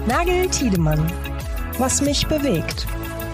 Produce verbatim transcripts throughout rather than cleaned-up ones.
Nagel Tiedemann. Was mich bewegt.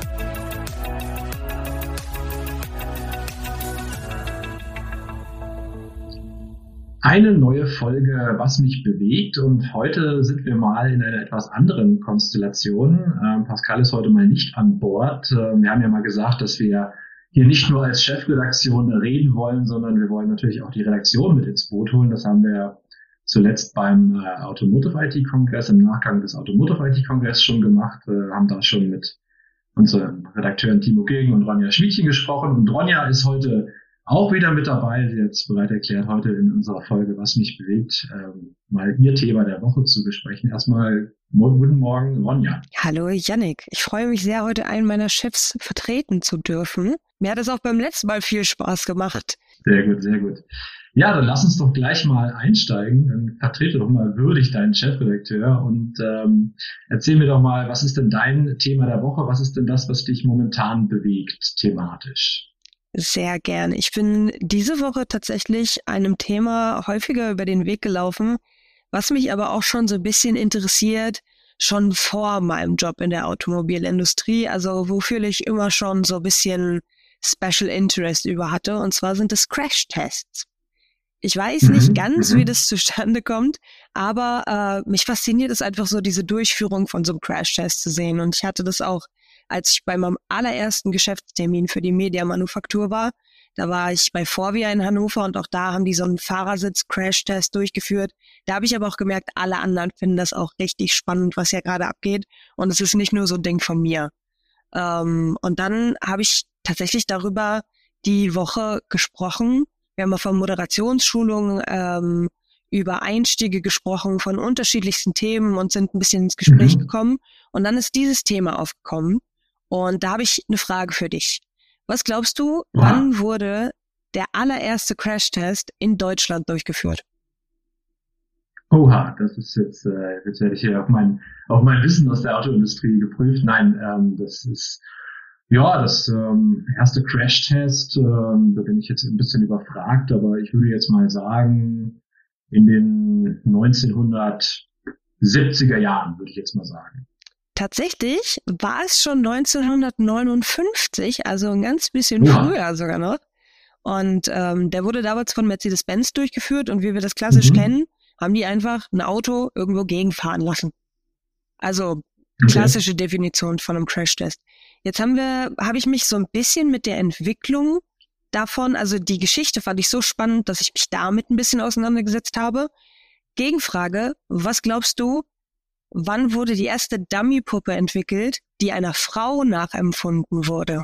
Eine neue Folge, was mich bewegt, und heute sind wir mal in einer etwas anderen Konstellation. Ähm, Pascal ist heute mal nicht an Bord. Ähm, wir haben ja mal gesagt, dass wir hier nicht nur als Chefredaktion reden wollen, sondern wir wollen natürlich auch die Redaktion mit ins Boot holen. Das haben wir zuletzt beim äh, Automotive I T-Kongress, im Nachgang des Automotive I T-Kongress schon gemacht, äh, haben da schon mit unseren Redakteuren Timo Gegen und Ronja Schmiedchen gesprochen. Und Ronja ist heute auch wieder mit dabei. Sie hat es bereit erklärt, heute in unserer Folge, was mich bewegt, ähm, mal ihr Thema der Woche zu besprechen. Erstmal guten Morgen, Ronja. Hallo Yannick, ich freue mich sehr, heute einen meiner Chefs vertreten zu dürfen. Mir hat es auch beim letzten Mal viel Spaß gemacht. Sehr gut, sehr gut. Ja, dann lass uns doch gleich mal einsteigen. Dann vertrete doch mal würdig deinen Chefredakteur und ähm, erzähl mir doch mal, was ist denn dein Thema der Woche? Was ist denn das, was dich momentan bewegt, thematisch? Sehr gern. Ich bin diese Woche tatsächlich einem Thema häufiger über den Weg gelaufen, was mich aber auch schon so ein bisschen interessiert, schon vor meinem Job in der Automobilindustrie, also wofür ich immer schon so ein bisschen Special Interest über hatte, und zwar sind es Crash-Tests. Ich weiß nicht ganz, wie das zustande kommt, aber äh, mich fasziniert es einfach so, diese Durchführung von so einem Crash-Test zu sehen, und ich hatte das auch, als ich bei meinem allerersten Geschäftstermin für die Media-Manufaktur war. Da war ich bei Forvia in Hannover und auch da haben die so einen Fahrersitz-Crash-Test durchgeführt. Da habe ich aber auch gemerkt, alle anderen finden das auch richtig spannend, was ja gerade abgeht. Und es ist nicht nur so ein Ding von mir. Ähm, und dann habe ich tatsächlich darüber die Woche gesprochen. Wir haben mal von Moderationsschulungen ähm, über Einstiege gesprochen, von unterschiedlichsten Themen und sind ein bisschen ins Gespräch mhm. gekommen. Und dann ist dieses Thema aufgekommen. Und da habe ich eine Frage für dich. Was glaubst du, ja. wann wurde der allererste Crash-Test in Deutschland durchgeführt? Oha, das ist jetzt, äh, jetzt werde ich hier auf mein, auf mein Wissen aus der Autoindustrie geprüft. Nein, ähm, das ist, ja, das ähm, erste Crash-Test, ähm, da bin ich jetzt ein bisschen überfragt, aber ich würde jetzt mal sagen, in den neunzehnhundertsiebziger Jahren, würde ich jetzt mal sagen. Tatsächlich war es schon neunzehnhundertneunundfünfzig, also ein ganz bisschen ja. früher sogar noch. Und ähm, der wurde damals von Mercedes-Benz durchgeführt, und wie wir das klassisch mhm. kennen, haben die einfach ein Auto irgendwo gegenfahren lassen. Also klassische okay. Definition von einem Crash-Test. Jetzt haben wir, habe ich mich so ein bisschen mit der Entwicklung davon, also die Geschichte fand ich so spannend, dass ich mich damit ein bisschen auseinandergesetzt habe. Gegenfrage, was glaubst du, wann wurde die erste Dummy-Puppe entwickelt, die einer Frau nachempfunden wurde?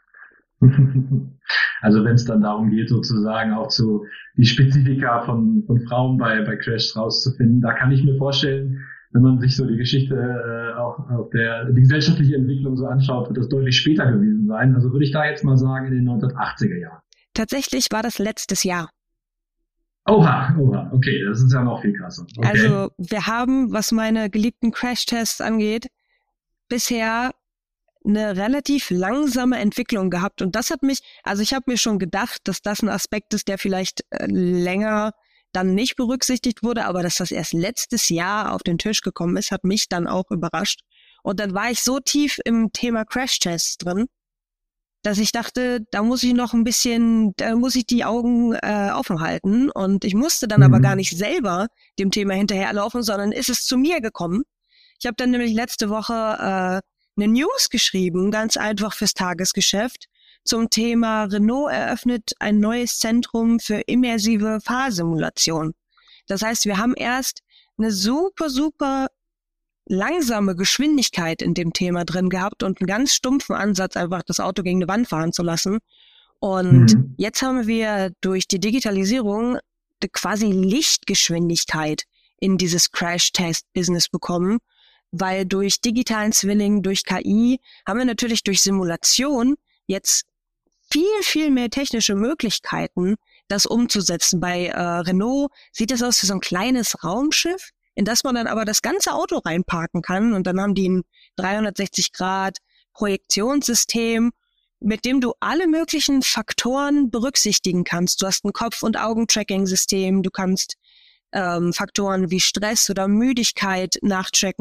Also wenn es dann darum geht, sozusagen auch so die Spezifika von, von Frauen bei, bei Crashs rauszufinden, da kann ich mir vorstellen, wenn man sich so die Geschichte äh, auch auf der die gesellschaftliche Entwicklung so anschaut, wird das deutlich später gewesen sein. Also würde ich da jetzt mal sagen in den neunzehnhundertachtziger Jahren. Tatsächlich war das letztes Jahr. Oha, oha, okay, das ist ja noch viel krasser. Okay. Also wir haben, was meine geliebten Crash-Tests angeht, bisher eine relativ langsame Entwicklung gehabt. Und das hat mich, also ich habe mir schon gedacht, dass das ein Aspekt ist, der vielleicht äh, länger dann nicht berücksichtigt wurde, aber dass das erst letztes Jahr auf den Tisch gekommen ist, hat mich dann auch überrascht. Und dann war ich so tief im Thema Crash-Tests drin, dass ich dachte, da muss ich noch ein bisschen, da muss ich die Augen äh, offen halten. Und ich musste dann mhm. aber gar nicht selber dem Thema hinterherlaufen, sondern ist es zu mir gekommen. Ich habe dann nämlich letzte Woche äh, eine News geschrieben, ganz einfach fürs Tagesgeschäft, zum Thema Renault eröffnet ein neues Zentrum für immersive Fahrsimulation. Das heißt, wir haben erst eine super, super langsame Geschwindigkeit in dem Thema drin gehabt und einen ganz stumpfen Ansatz, einfach das Auto gegen eine Wand fahren zu lassen. Und mhm. jetzt haben wir durch die Digitalisierung quasi Lichtgeschwindigkeit in dieses Crash-Test-Business bekommen, weil durch digitalen Zwilling, durch K I haben wir natürlich durch Simulation jetzt viel, viel mehr technische Möglichkeiten, das umzusetzen. Bei äh, Renault sieht das aus wie so ein kleines Raumschiff, in das man dann aber das ganze Auto reinparken kann, und dann haben die ein dreihundertsechzig Grad Projektionssystem, mit dem du alle möglichen Faktoren berücksichtigen kannst. Du hast ein Kopf- und Augentracking-System, du kannst ähm, Faktoren wie Stress oder Müdigkeit nachchecken,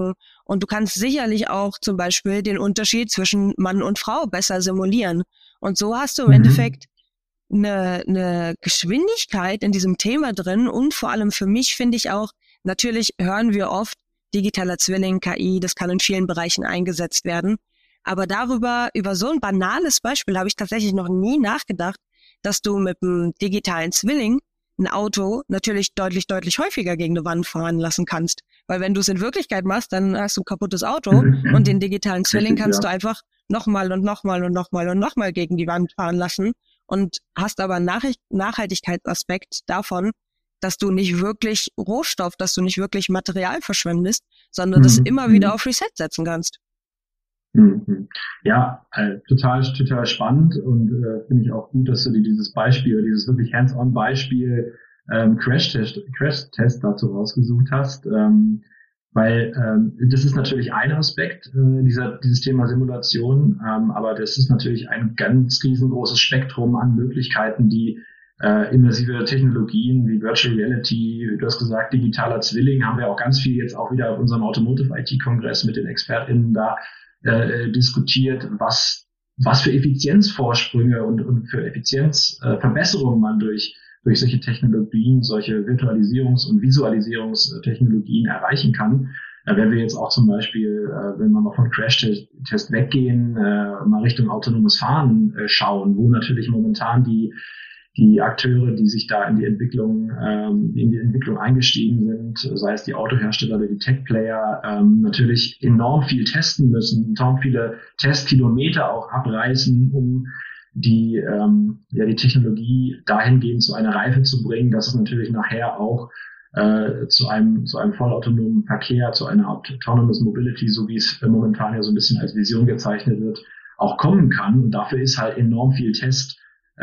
Und du kannst sicherlich auch zum Beispiel den Unterschied zwischen Mann und Frau besser simulieren. Und so hast du im mhm. Endeffekt eine, eine Geschwindigkeit in diesem Thema drin. Und vor allem für mich finde ich auch, natürlich hören wir oft, digitaler Zwilling, K I, das kann in vielen Bereichen eingesetzt werden. Aber darüber, über so ein banales Beispiel habe ich tatsächlich noch nie nachgedacht, dass du mit einem digitalen Zwilling ein Auto natürlich deutlich, deutlich häufiger gegen eine Wand fahren lassen kannst. Weil wenn du es in Wirklichkeit machst, dann hast du ein kaputtes Auto mhm. und den digitalen Zwilling Richtig, kannst ja. du einfach nochmal und nochmal und nochmal und nochmal gegen die Wand fahren lassen und hast aber einen Nach- Nachhaltigkeitsaspekt davon, dass du nicht wirklich Rohstoff, dass du nicht wirklich Material verschwendest, sondern mhm. das immer mhm. wieder auf Reset setzen kannst. Mhm. Ja, äh, total, total spannend und äh, finde ich auch gut, dass du dir dieses Beispiel, dieses wirklich Hands-on-Beispiel ähm, Crash-Test, Crash-Test dazu rausgesucht hast, ähm, weil ähm, das ist natürlich ein Aspekt äh, dieser dieses Thema Simulation, ähm, aber das ist natürlich ein ganz riesengroßes Spektrum an Möglichkeiten, die äh, immersive Technologien wie Virtual Reality, du hast gesagt, digitaler Zwilling, haben wir auch ganz viel jetzt auch wieder auf unserem Automotive-I T-Kongress mit den ExpertInnen da äh, diskutiert, was was für Effizienzvorsprünge und, und für Effizienzverbesserungen äh, man durch durch solche Technologien, solche Virtualisierungs- und Visualisierungstechnologien erreichen kann. Äh, wenn wir jetzt auch zum Beispiel, äh, wenn wir mal von Crash-Test weggehen, äh, mal Richtung autonomes Fahren äh, schauen, wo natürlich momentan die die Akteure, die sich da in die Entwicklung, ähm, in die Entwicklung eingestiegen sind, sei es die Autohersteller oder die Tech-Player, ähm, natürlich enorm viel testen müssen, enorm viele Testkilometer auch abreißen, um die, ähm, ja, die Technologie dahingehend zu einer Reife zu bringen, dass es natürlich nachher auch äh, zu einem, zu einem vollautonomen Verkehr, zu einer Autonomous Mobility, so wie es momentan ja so ein bisschen als Vision gezeichnet wird, auch kommen kann. Und dafür ist halt enorm viel Test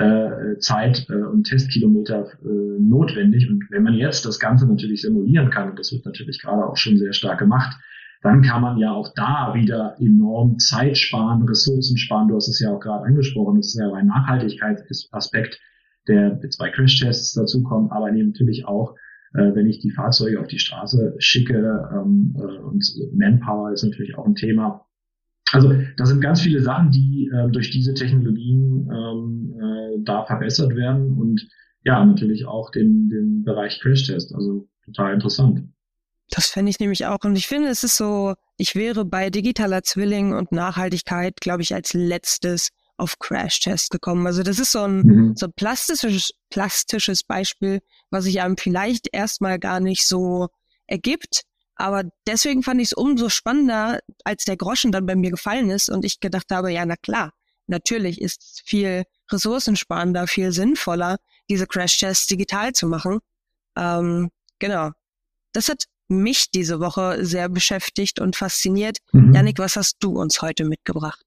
Äh, Zeit äh, und Testkilometer äh, notwendig. Und wenn man jetzt das Ganze natürlich simulieren kann, und das wird natürlich gerade auch schon sehr stark gemacht, dann kann man ja auch da wieder enorm Zeit sparen, Ressourcen sparen. Du hast es ja auch gerade angesprochen, das ist ja ein Nachhaltigkeitsaspekt, der jetzt bei Crash-Tests dazu kommt, aber eben natürlich auch, äh, wenn ich die Fahrzeuge auf die Straße schicke, ähm, äh, und Manpower ist natürlich auch ein Thema. Also da sind ganz viele Sachen, die äh, durch diese Technologien ähm, äh, da verbessert werden und ja, natürlich auch den, den Bereich Crash-Test, also total interessant. Das fände ich nämlich auch. Und ich finde, es ist so, ich wäre bei digitaler Zwilling und Nachhaltigkeit, glaube ich, als letztes auf Crash-Test gekommen. Also das ist so ein, mhm. so ein plastisches, plastisches Beispiel, was sich einem vielleicht erstmal gar nicht so ergibt. Aber deswegen fand ich es umso spannender, als der Groschen dann bei mir gefallen ist und ich gedacht habe, ja, na klar, natürlich ist es viel ressourcensparender, viel sinnvoller, diese Crash-Tests digital zu machen. Ähm, genau. Das hat mich diese Woche sehr beschäftigt und fasziniert. Mhm. Jannik, was hast du uns heute mitgebracht?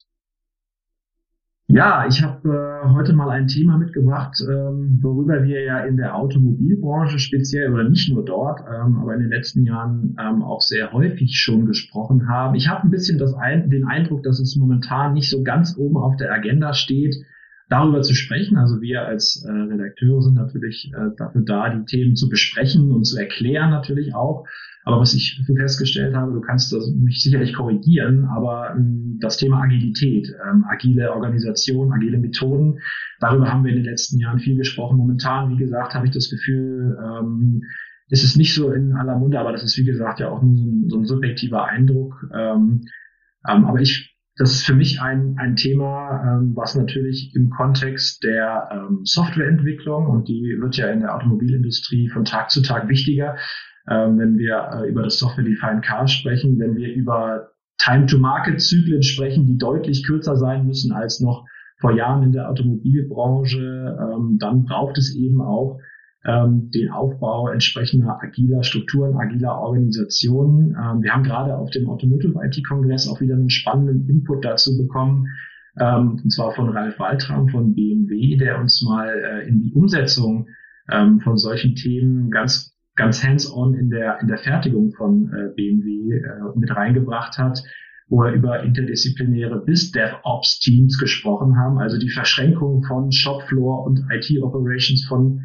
Ja, ich habe äh, heute mal ein Thema mitgebracht, ähm, worüber wir ja in der Automobilbranche speziell oder nicht nur dort, ähm, aber in den letzten Jahren ähm, auch sehr häufig schon gesprochen haben. Ich habe ein bisschen das ein, den Eindruck, dass es momentan nicht so ganz oben auf der Agenda steht, darüber zu sprechen. Also wir als äh, Redakteure sind natürlich äh, dafür da, die Themen zu besprechen und zu erklären natürlich auch. Aber was ich festgestellt habe, du kannst das mich sicherlich korrigieren, aber ähm, das Thema Agilität, ähm, agile Organisation, agile Methoden, darüber haben wir in den letzten Jahren viel gesprochen. Momentan, wie gesagt, habe ich das Gefühl, ähm, ist es nicht so in aller Munde, aber das ist, wie gesagt, ja auch nur so ein, so ein subjektiver Eindruck. Ähm, ähm, aber ich, das ist für mich ein, ein Thema, ähm, was natürlich im Kontext der ähm, Softwareentwicklung, und die wird ja in der Automobilindustrie von Tag zu Tag wichtiger, Ähm, wenn wir äh, über das Software-Defined Car sprechen, wenn wir über Time-to-Market-Zyklen sprechen, die deutlich kürzer sein müssen als noch vor Jahren in der Automobilbranche, ähm, dann braucht es eben auch ähm, den Aufbau entsprechender agiler Strukturen, agiler Organisationen. Ähm, wir haben gerade auf dem Automotive-I T-Kongress auch wieder einen spannenden Input dazu bekommen, ähm, und zwar von Ralf Waltram von B M W, der uns mal äh, in die Umsetzung ähm, von solchen Themen ganz ganz hands-on in der in der Fertigung von äh, B M W äh, mit reingebracht hat, wo er über interdisziplinäre bis DevOps-Teams gesprochen haben, also die Verschränkung von Shopfloor und I T-Operations von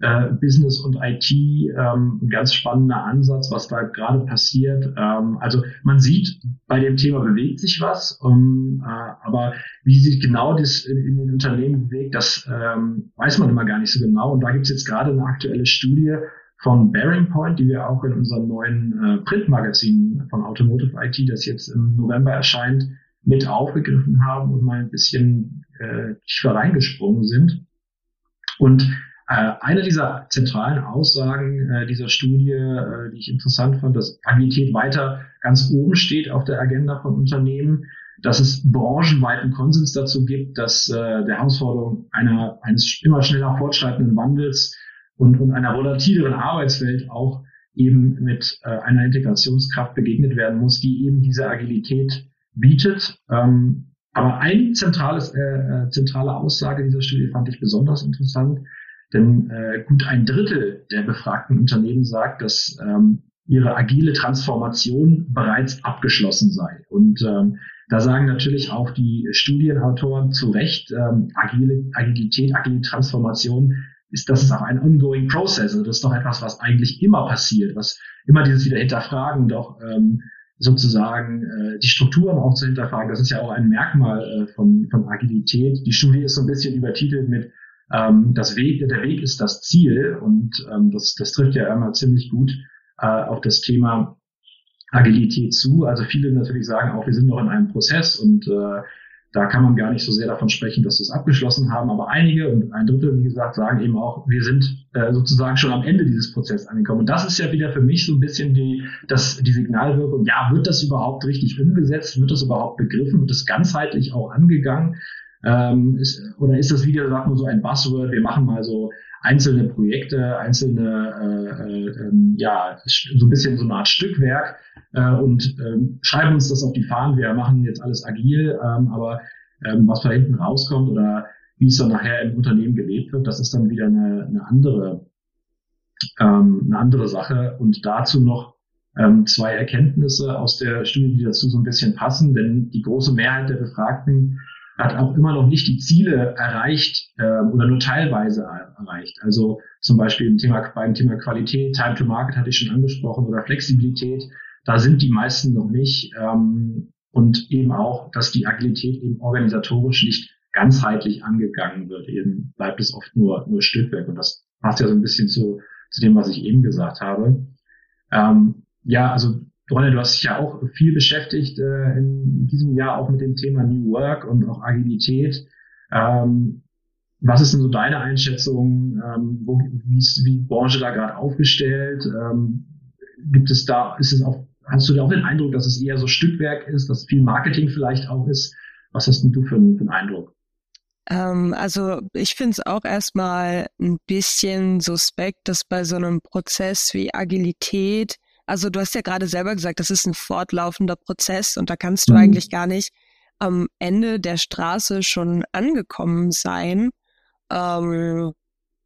äh, Business und I T, ähm, ein ganz spannender Ansatz, was da gerade passiert. Ähm, also man sieht, bei dem Thema bewegt sich was, um, äh, aber wie sich genau das in, in den Unternehmen bewegt, das ähm, weiß man immer gar nicht so genau. Und da gibt es jetzt gerade eine aktuelle Studie von Bearing Point, die wir auch in unserem neuen äh, Printmagazin von Automotive I T, das jetzt im November erscheint, mit aufgegriffen haben und mal ein bisschen äh, tiefer reingesprungen sind. Und äh, eine dieser zentralen Aussagen äh, dieser Studie, äh, die ich interessant fand, dass Agilität weiter ganz oben steht auf der Agenda von Unternehmen, dass es branchenweiten Konsens dazu gibt, dass äh, der Herausforderung einer eines immer schneller fortschreitenden Wandels und, und einer volatileren Arbeitswelt auch eben mit äh, einer Integrationskraft begegnet werden muss, die eben diese Agilität bietet. Ähm, aber eine zentrales, äh, zentrale Aussage dieser Studie fand ich besonders interessant, denn äh, gut ein Drittel der befragten Unternehmen sagt, dass ähm, ihre agile Transformation bereits abgeschlossen sei. Und ähm, da sagen natürlich auch die Studienautoren zu Recht, ähm, agile Agilität, agile Transformation ist, das ist auch ein ongoing process. Also das ist doch etwas, was eigentlich immer passiert, was immer dieses wieder hinterfragen und auch ähm, sozusagen äh, die Strukturen auch zu hinterfragen. Das ist ja auch ein Merkmal äh, von, von Agilität. Die Studie ist so ein bisschen übertitelt mit ähm, das Weg, der Weg ist das Ziel, und ähm, das, das trifft ja immer ziemlich gut äh, auf das Thema Agilität zu. Also viele natürlich sagen auch, wir sind noch in einem Prozess und äh, da kann man gar nicht so sehr davon sprechen, dass wir es abgeschlossen haben. Aber einige und ein Drittel, wie gesagt, sagen eben auch, wir sind äh, sozusagen schon am Ende dieses Prozesses angekommen. Und das ist ja wieder für mich so ein bisschen die, das, die Signalwirkung. Ja, wird das überhaupt richtig umgesetzt? Wird das überhaupt begriffen? Wird das ganzheitlich auch angegangen? Ähm, ist, oder ist das wieder, sagt man, so ein Buzzword? Wir machen mal so einzelne Projekte, einzelne, äh, äh, ja, so ein bisschen so eine Art Stückwerk äh, und äh, schreiben uns das auf die Fahnen. Wir machen jetzt alles agil, ähm, aber ähm, was da hinten rauskommt oder wie es dann nachher im Unternehmen gelebt wird, das ist dann wieder eine, eine andere, ähm, eine andere Sache. Und dazu noch ähm, zwei Erkenntnisse aus der Studie, die dazu so ein bisschen passen, denn die große Mehrheit der Befragten hat auch immer noch nicht die Ziele erreicht äh, oder nur teilweise erreicht. Also zum Beispiel im Thema, beim Thema Qualität, Time to Market hatte ich schon angesprochen, oder Flexibilität, da sind die meisten noch nicht. Ähm, und eben auch, dass die Agilität eben organisatorisch nicht ganzheitlich angegangen wird. Eben bleibt es oft nur, nur Stückwerk. Und das passt ja so ein bisschen zu, zu dem, was ich eben gesagt habe. Ähm, ja, also Ronja, du hast dich ja auch viel beschäftigt äh, in diesem Jahr auch mit dem Thema New Work und auch Agilität. Ähm, was ist denn so deine Einschätzung? Ähm, wo, wie ist die Branche da gerade aufgestellt? Ähm, gibt es da, ist es auch, hast du da auch den Eindruck, dass es eher so Stückwerk ist, dass viel Marketing vielleicht auch ist? Was hast denn du für, für einen Eindruck? Ähm, also ich finde es auch erstmal ein bisschen suspekt, dass bei so einem Prozess wie Agilität, also du hast ja gerade selber gesagt, das ist ein fortlaufender Prozess und da kannst du mhm. eigentlich gar nicht am Ende der Straße schon angekommen sein. Ähm,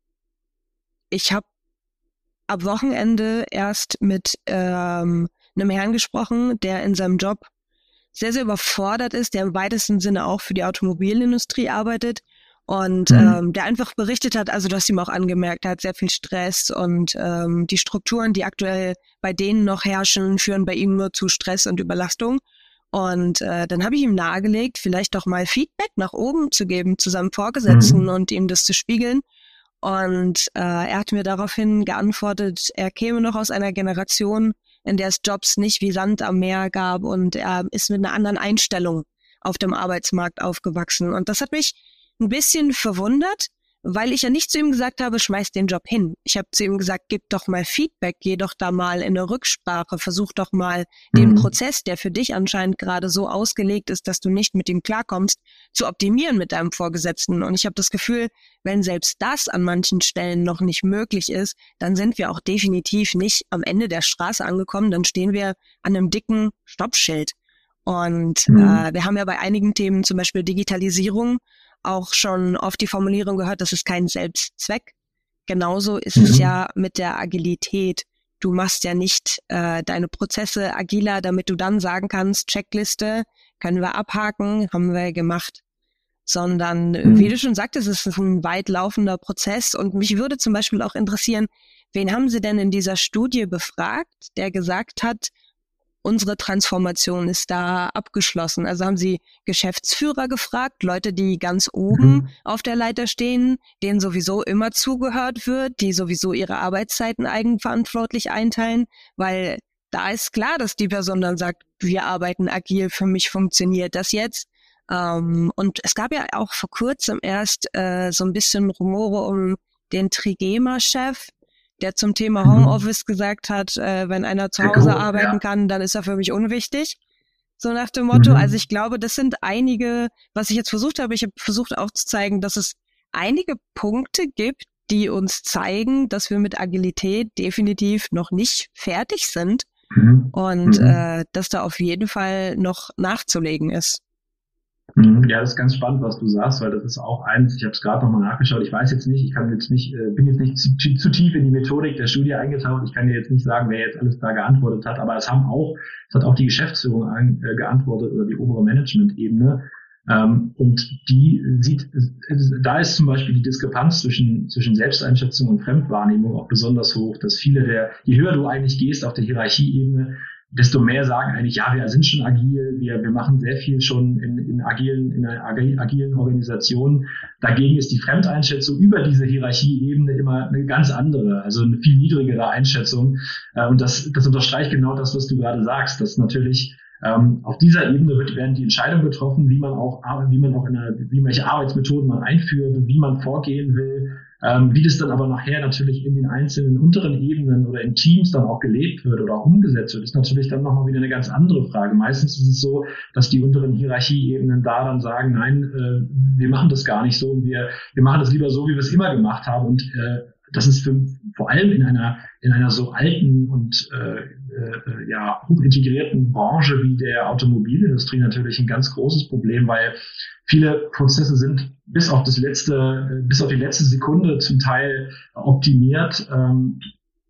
ich habe ab Wochenende erst mit ähm, einem Herrn gesprochen, der in seinem Job sehr, sehr überfordert ist, der im weitesten Sinne auch für die Automobilindustrie arbeitet und mhm. ähm, der einfach berichtet hat, also du hast ihm auch angemerkt, er hat sehr viel Stress und ähm, die Strukturen, die aktuell bei denen noch herrschen, führen bei ihm nur zu Stress und Überlastung. Und äh, dann habe ich ihm nahegelegt, vielleicht doch mal Feedback nach oben zu geben zu seinem Vorgesetzten mhm. und ihm das zu spiegeln. Und äh, er hat mir daraufhin geantwortet, er käme noch aus einer Generation, in der es Jobs nicht wie Sand am Meer gab und er ist mit einer anderen Einstellung auf dem Arbeitsmarkt aufgewachsen. Und das hat mich ein bisschen verwundert, weil ich ja nicht zu ihm gesagt habe, schmeiß den Job hin. Ich habe zu ihm gesagt, gib doch mal Feedback, geh doch da mal in eine Rücksprache, versuch doch mal mhm. den Prozess, der für dich anscheinend gerade so ausgelegt ist, dass du nicht mit ihm klarkommst, zu optimieren mit deinem Vorgesetzten. Und ich habe das Gefühl, wenn selbst das an manchen Stellen noch nicht möglich ist, dann sind wir auch definitiv nicht am Ende der Straße angekommen, dann stehen wir an einem dicken Stoppschild. Und mhm. äh, wir haben ja bei einigen Themen, zum Beispiel Digitalisierung, auch schon oft die Formulierung gehört, das ist kein Selbstzweck. Genauso ist mhm. es ja mit der Agilität. Du machst ja nicht äh, deine Prozesse agiler, damit du dann sagen kannst, Checkliste, können wir abhaken, haben wir gemacht. sondern, mhm. wie du schon sagtest, es ist ein weit laufender Prozess. Und mich würde zum Beispiel auch interessieren, wen haben Sie denn in dieser Studie befragt, der gesagt hat, unsere Transformation ist da abgeschlossen? Also haben Sie Geschäftsführer gefragt, Leute, die ganz oben mhm. auf der Leiter stehen, denen sowieso immer zugehört wird, die sowieso ihre Arbeitszeiten eigenverantwortlich einteilen? Weil da ist klar, dass die Person dann sagt, wir arbeiten agil, für mich funktioniert das jetzt. Ähm, und es gab ja auch vor kurzem erst äh, so ein bisschen Rumore um den Trigema-Chef, der zum Thema Homeoffice gesagt hat, äh, wenn einer zu Hause cool, arbeiten ja. kann, dann ist er für mich unwichtig. So nach dem Motto. Mhm. Also ich glaube, das sind einige, was ich jetzt versucht habe, ich habe versucht auch zu zeigen, dass es einige Punkte gibt, die uns zeigen, dass wir mit Agilität definitiv noch nicht fertig sind mhm. und mhm. äh, dass da auf jeden Fall noch nachzulegen ist. Ja, das ist ganz spannend, was du sagst, weil das ist auch eins, ich habe es gerade nochmal nachgeschaut, ich weiß jetzt nicht, ich kann jetzt nicht, bin jetzt nicht zu, zu tief in die Methodik der Studie eingetaucht, ich kann dir jetzt nicht sagen, wer jetzt alles da geantwortet hat, aber es haben auch, es hat auch die Geschäftsführung an, äh, geantwortet oder die obere Management-Ebene, ähm, und die sieht, da ist zum Beispiel die Diskrepanz zwischen, zwischen Selbsteinschätzung und Fremdwahrnehmung auch besonders hoch, dass viele der, je höher du eigentlich gehst auf der Hierarchieebene, desto mehr sagen eigentlich, ja, wir sind schon agil, wir, wir machen sehr viel schon in, in agilen, in einer agilen Organisation. Dagegen ist die Fremdeinschätzung über diese Hierarchieebene immer eine ganz andere, also eine viel niedrigere Einschätzung. Und das, das unterstreicht genau das, was du gerade sagst, dass natürlich ähm, auf dieser Ebene wird, werden die Entscheidungen getroffen, wie man auch, wie man auch in einer, wie welche Arbeitsmethoden man einführt, wie man vorgehen will. Ähm, wie das dann aber nachher natürlich in den einzelnen unteren Ebenen oder in Teams dann auch gelebt wird oder auch umgesetzt wird, ist natürlich dann nochmal wieder eine ganz andere Frage. Meistens ist es so, dass die unteren Hierarchieebenen da dann sagen, nein, äh, wir machen das gar nicht so, wir, wir machen das lieber so, wie wir es immer gemacht haben. Und äh, das ist für, vor allem in einer in einer so alten und äh, äh, ja hochintegrierten Branche wie der Automobilindustrie natürlich ein ganz großes Problem, weil viele Prozesse sind bis auf das letzte, bis auf die letzte Sekunde zum Teil optimiert, ähm,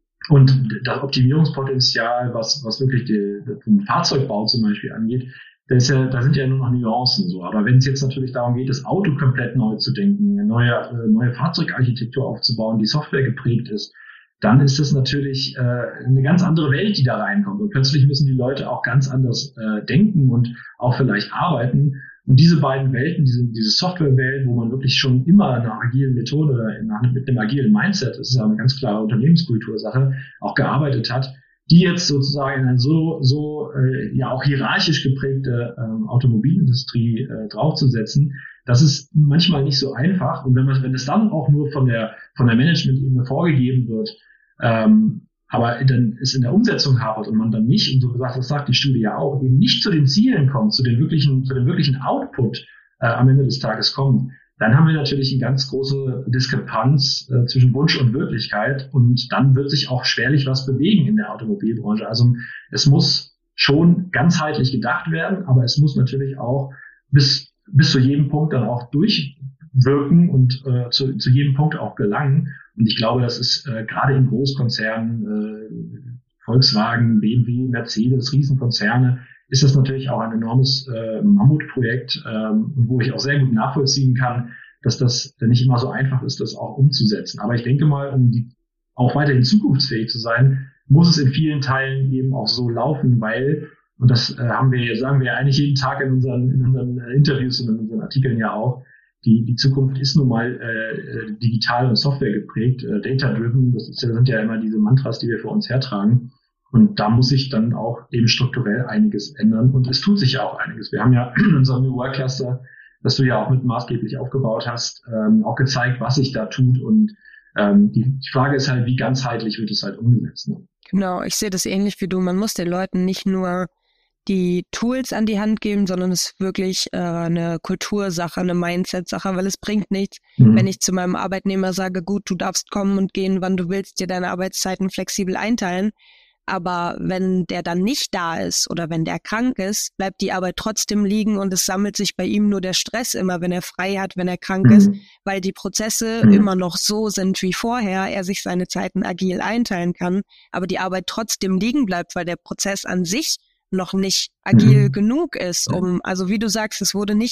und das Optimierungspotenzial, was was wirklich die, den Fahrzeugbau zum Beispiel angeht, da ist ja, da sind ja nur noch Nuancen so. Aber wenn es jetzt natürlich darum geht, das Auto komplett neu zu denken, eine neue äh, neue Fahrzeugarchitektur aufzubauen, die Software geprägt ist, dann ist es natürlich äh, eine ganz andere Welt, die da reinkommt. Und plötzlich müssen die Leute auch ganz anders äh, denken und auch vielleicht arbeiten. Und diese beiden Welten, diese, diese Softwarewelt, wo man wirklich schon immer einer agilen Methode, nach, mit einem agilen Mindset, das ist ja eine ganz klare Unternehmenskultursache, auch gearbeitet hat, die jetzt sozusagen in eine so, so äh, ja auch hierarchisch geprägte ähm, Automobilindustrie äh, draufzusetzen, das ist manchmal nicht so einfach. Und wenn man, wenn es dann auch nur von der von der Management-Ebene vorgegeben wird, ähm, aber dann ist in der Umsetzung hapert und man dann nicht, und so gesagt, das sagt die Studie ja auch, eben nicht zu den Zielen kommt, zu den wirklichen, zu dem wirklichen Output äh, am Ende des Tages kommt, dann haben wir natürlich eine ganz große Diskrepanz äh, zwischen Wunsch und Wirklichkeit, und dann wird sich auch schwerlich was bewegen in der Automobilbranche. Also es muss schon ganzheitlich gedacht werden, aber es muss natürlich auch bis bis zu jedem Punkt dann auch durchwirken und äh, zu, zu jedem Punkt auch gelangen. Und ich glaube, das ist äh, gerade in Großkonzernen, äh, Volkswagen, B M W, Mercedes, Riesenkonzerne, ist das natürlich auch ein enormes äh, Mammutprojekt, ähm, wo ich auch sehr gut nachvollziehen kann, dass das nicht immer so einfach ist, das auch umzusetzen. Aber ich denke mal, um die, auch weiterhin zukunftsfähig zu sein, muss es in vielen Teilen eben auch so laufen, weil, und das äh, haben wir, sagen wir eigentlich jeden Tag in unseren, in unseren äh, Interviews und in unseren Artikeln ja auch, die, die Zukunft ist nun mal äh, digital und Software geprägt, äh, data-driven, das ist, sind ja immer diese Mantras, die wir vor uns hertragen. Und da muss sich dann auch eben strukturell einiges ändern. Und es tut sich ja auch einiges. Wir haben ja in unserem New Work Cluster, das du ja auch mit maßgeblich aufgebaut hast, ähm, auch gezeigt, was sich da tut. Und ähm, die, die Frage ist halt, wie ganzheitlich wird es halt umgesetzt. Ne? Genau, ich sehe das ähnlich wie du. Man muss den Leuten nicht nur die Tools an die Hand geben, sondern es ist wirklich äh, eine Kultursache, eine Mindset-Sache, weil es bringt nichts, mhm. wenn ich zu meinem Arbeitnehmer sage, gut, du darfst kommen und gehen, wann du willst, dir deine Arbeitszeiten flexibel einteilen. Aber wenn der dann nicht da ist oder wenn der krank ist, bleibt die Arbeit trotzdem liegen und es sammelt sich bei ihm nur der Stress immer, wenn er frei hat, wenn er krank mhm. ist, weil die Prozesse mhm. immer noch so sind wie vorher, er sich seine Zeiten agil einteilen kann, aber die Arbeit trotzdem liegen bleibt, weil der Prozess an sich noch nicht agil mhm. genug ist, um, also wie du sagst, es wurde nicht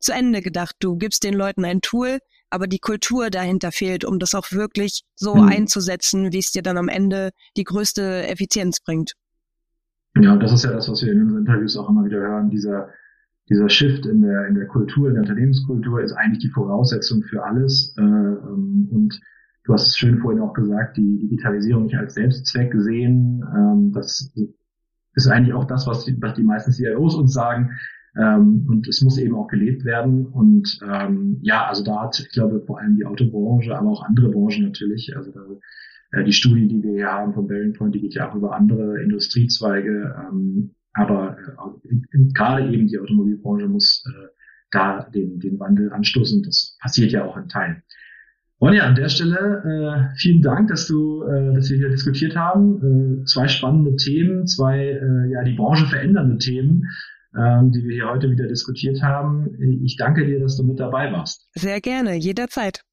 zu Ende gedacht. Du gibst den Leuten ein Tool, aber die Kultur dahinter fehlt, um das auch wirklich so mhm. einzusetzen, wie es dir dann am Ende die größte Effizienz bringt. Ja, das ist ja das, was wir in unseren Interviews auch immer wieder hören. Dieser, dieser Shift in der, in der Kultur, in der Unternehmenskultur ist eigentlich die Voraussetzung für alles. Äh, und du hast es schön vorhin auch gesagt, die Digitalisierung nicht als Selbstzweck gesehen. Ähm, das ist eigentlich auch das, was die, was die meisten C I Os uns sagen. Ähm, und es muss eben auch gelebt werden. Und ähm, ja, also da hat, ich glaube, vor allem die Autobranche, aber auch andere Branchen natürlich, also da, äh, die Studie, die wir hier haben von Bearing Point, die geht ja auch über andere Industriezweige. Ähm, aber äh, gerade eben die Automobilbranche muss äh, da den, den Wandel anstoßen. Das passiert ja auch in Teilen. Und ja, an der Stelle äh, vielen Dank, dass du, äh, dass wir hier diskutiert haben. Äh, zwei spannende Themen, zwei äh, ja die Branche verändernde Themen, ähm, die wir hier heute wieder diskutiert haben. Ich danke dir, dass du mit dabei warst. Sehr gerne, jederzeit.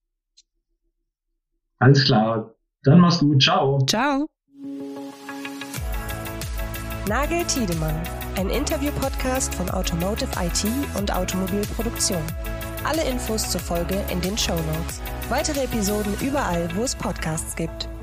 Alles klar, dann mach's gut. Ciao. Ciao. Nagel Tiedemann, ein Interview-Podcast von Automotive I T und Automobilproduktion. Alle Infos zur Folge in den Shownotes. Weitere Episoden überall, wo es Podcasts gibt.